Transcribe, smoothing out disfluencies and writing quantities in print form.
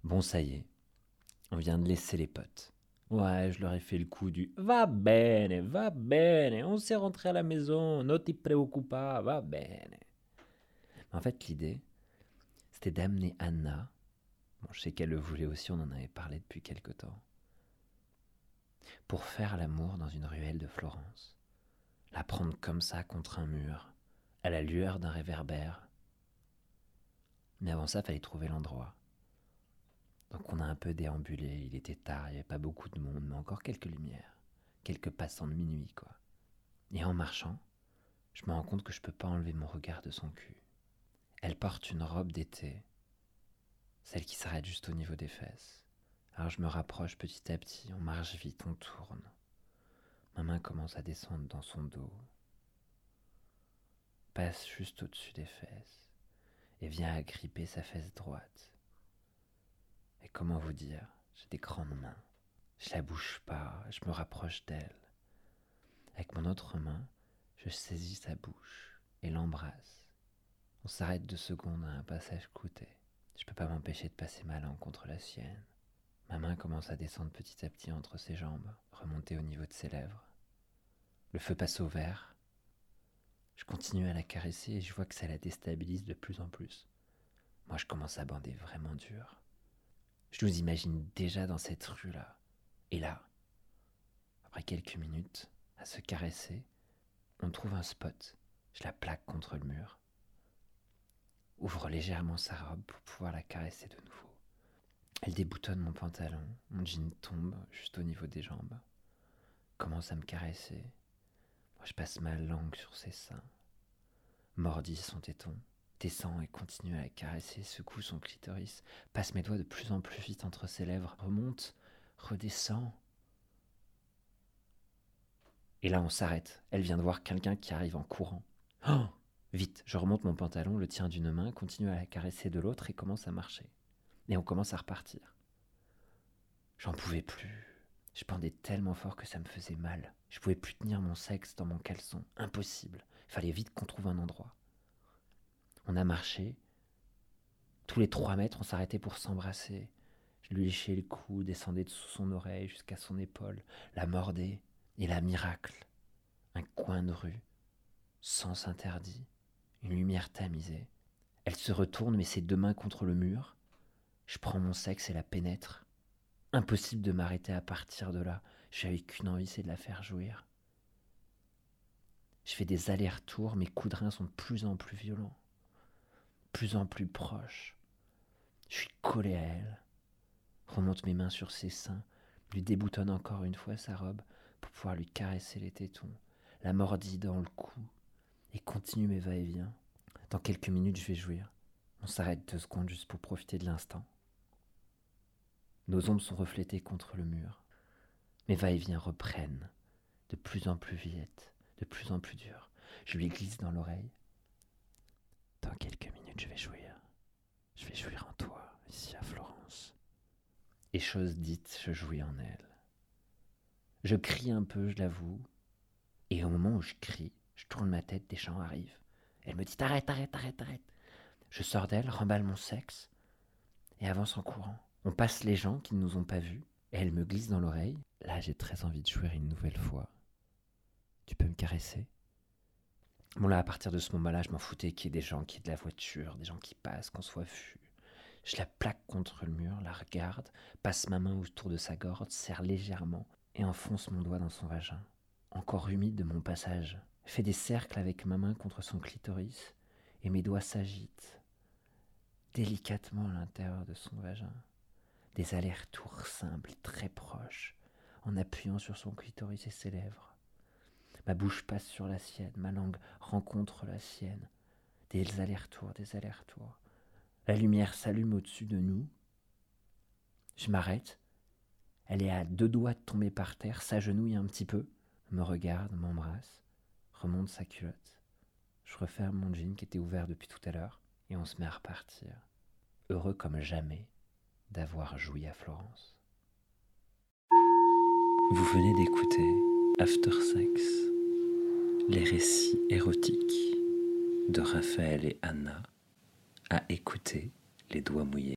Bon, ça y est, on vient de laisser les potes. Ouais, je leur ai fait le coup du va bene, on s'est rentré à la maison, non ti preoccupa, va bene. En fait, l'idée, c'était d'amener Anna. Bon, je sais qu'elle le voulait aussi, on en avait parlé depuis quelque temps. Pour faire l'amour dans une ruelle de Florence. La prendre comme ça contre un mur, à la lueur d'un réverbère. Mais avant ça, fallait trouver l'endroit. Donc on a un peu déambulé, il était tard, il n'y avait pas beaucoup de monde, mais encore quelques lumières. Quelques passants de minuit, quoi. Et en marchant, je me rends compte que je peux pas enlever mon regard de son cul. Elle porte une robe d'été, celle qui s'arrête juste au niveau des fesses. Alors je me rapproche petit à petit, on marche vite, on tourne. Ma main commence à descendre dans son dos, passe juste au-dessus des fesses, et vient agripper sa fesse droite. Et comment vous dire, j'ai des grandes mains. Je la bouge pas, je me rapproche d'elle. Avec mon autre main, je saisis sa bouche et l'embrasse. On s'arrête 2 secondes à un passage clouté. Je peux pas m'empêcher de passer ma langue contre la sienne. Ma main commence à descendre petit à petit entre ses jambes, remonter au niveau de ses lèvres. Le feu passe au vert. Je continue à la caresser et je vois que ça la déstabilise de plus en plus. Moi, je commence à bander vraiment dur. Je nous imagine déjà dans cette rue-là. Et là, après quelques minutes, à se caresser, on trouve un spot. Je la plaque contre le mur. Ouvre légèrement sa robe pour pouvoir la caresser de nouveau. Elle déboutonne mon pantalon, mon jean tombe juste au niveau des jambes. Commence à me caresser. Moi, je passe ma langue sur ses seins. Mordis son téton. Descend et continue à la caresser, secoue son clitoris. Passe mes doigts de plus en plus vite entre ses lèvres. Remonte, redescend. Et là, on s'arrête. Elle vient de voir quelqu'un qui arrive en courant. Oh! Vite, je remonte mon pantalon, le tiens d'une main, continue à la caresser de l'autre et commence à marcher. Et on commence à repartir. J'en pouvais plus. Je pendais tellement fort que ça me faisait mal. Je pouvais plus tenir mon sexe dans mon caleçon. Impossible. Il fallait vite qu'on trouve un endroit. On a marché. Tous les 3 mètres, on s'arrêtait pour s'embrasser. Je lui léchais le cou, descendais dessous son oreille jusqu'à son épaule, la mordais. Et là, miracle. Un coin de rue. Sens interdit. Une lumière tamisée. Elle se retourne, met ses 2 mains contre le mur. Je prends mon sexe et la pénètre. Impossible de m'arrêter à partir de là. J'avais qu'une envie, c'est de la faire jouir. Je fais des allers-retours, mes coups de rein sont de plus en plus violents, de plus en plus proches. Je suis collé à elle, remonte mes mains sur ses seins, lui déboutonne encore une fois sa robe pour pouvoir lui caresser les tétons, la mordis dans le cou et continue mes va-et-vient. Dans quelques minutes, je vais jouir. On s'arrête 2 secondes juste pour profiter de l'instant. Nos ombres sont reflétées contre le mur. Mes va-et-vient reprennent, de plus en plus vite, de plus en plus dur. Je lui glisse dans l'oreille. Dans quelques minutes, je vais jouir. Je vais jouir en toi, ici à Florence. Et chose dite, je jouis en elle. Je crie un peu, je l'avoue. Et au moment où je crie, je tourne ma tête, des gens arrivent. Elle me dit arrête, arrête, arrête, arrête. Je sors d'elle, remballe mon sexe et avance en courant. On passe les gens qui ne nous ont pas vus et elle me glisse dans l'oreille. Là, j'ai très envie de jouir une nouvelle fois. Tu peux me caresser? Bon là, à partir de ce moment-là, je m'en foutais qu'il y ait des gens, qu'il y ait de la voiture, des gens qui passent, qu'on soit vus. Je la plaque contre le mur, la regarde, passe ma main autour de sa gorge, serre légèrement et enfonce mon doigt dans son vagin, encore humide de mon passage. Je fais des cercles avec ma main contre son clitoris et mes doigts s'agitent délicatement à l'intérieur de son vagin. Des allers-retours simples, très proches, en appuyant sur son clitoris et ses lèvres. Ma bouche passe sur la sienne, ma langue rencontre la sienne. Des allers-retours, des allers-retours. La lumière s'allume au-dessus de nous. Je m'arrête. Elle est à 2 doigts de tomber par terre, s'agenouille un petit peu, me regarde, m'embrasse, remonte sa culotte. Je referme mon jean qui était ouvert depuis tout à l'heure et on se met à repartir. Heureux comme jamais d'avoir joui à Florence. Vous venez d'écouter After Sex, les récits érotiques de Raphaël et Anna, à écouter les doigts mouillés.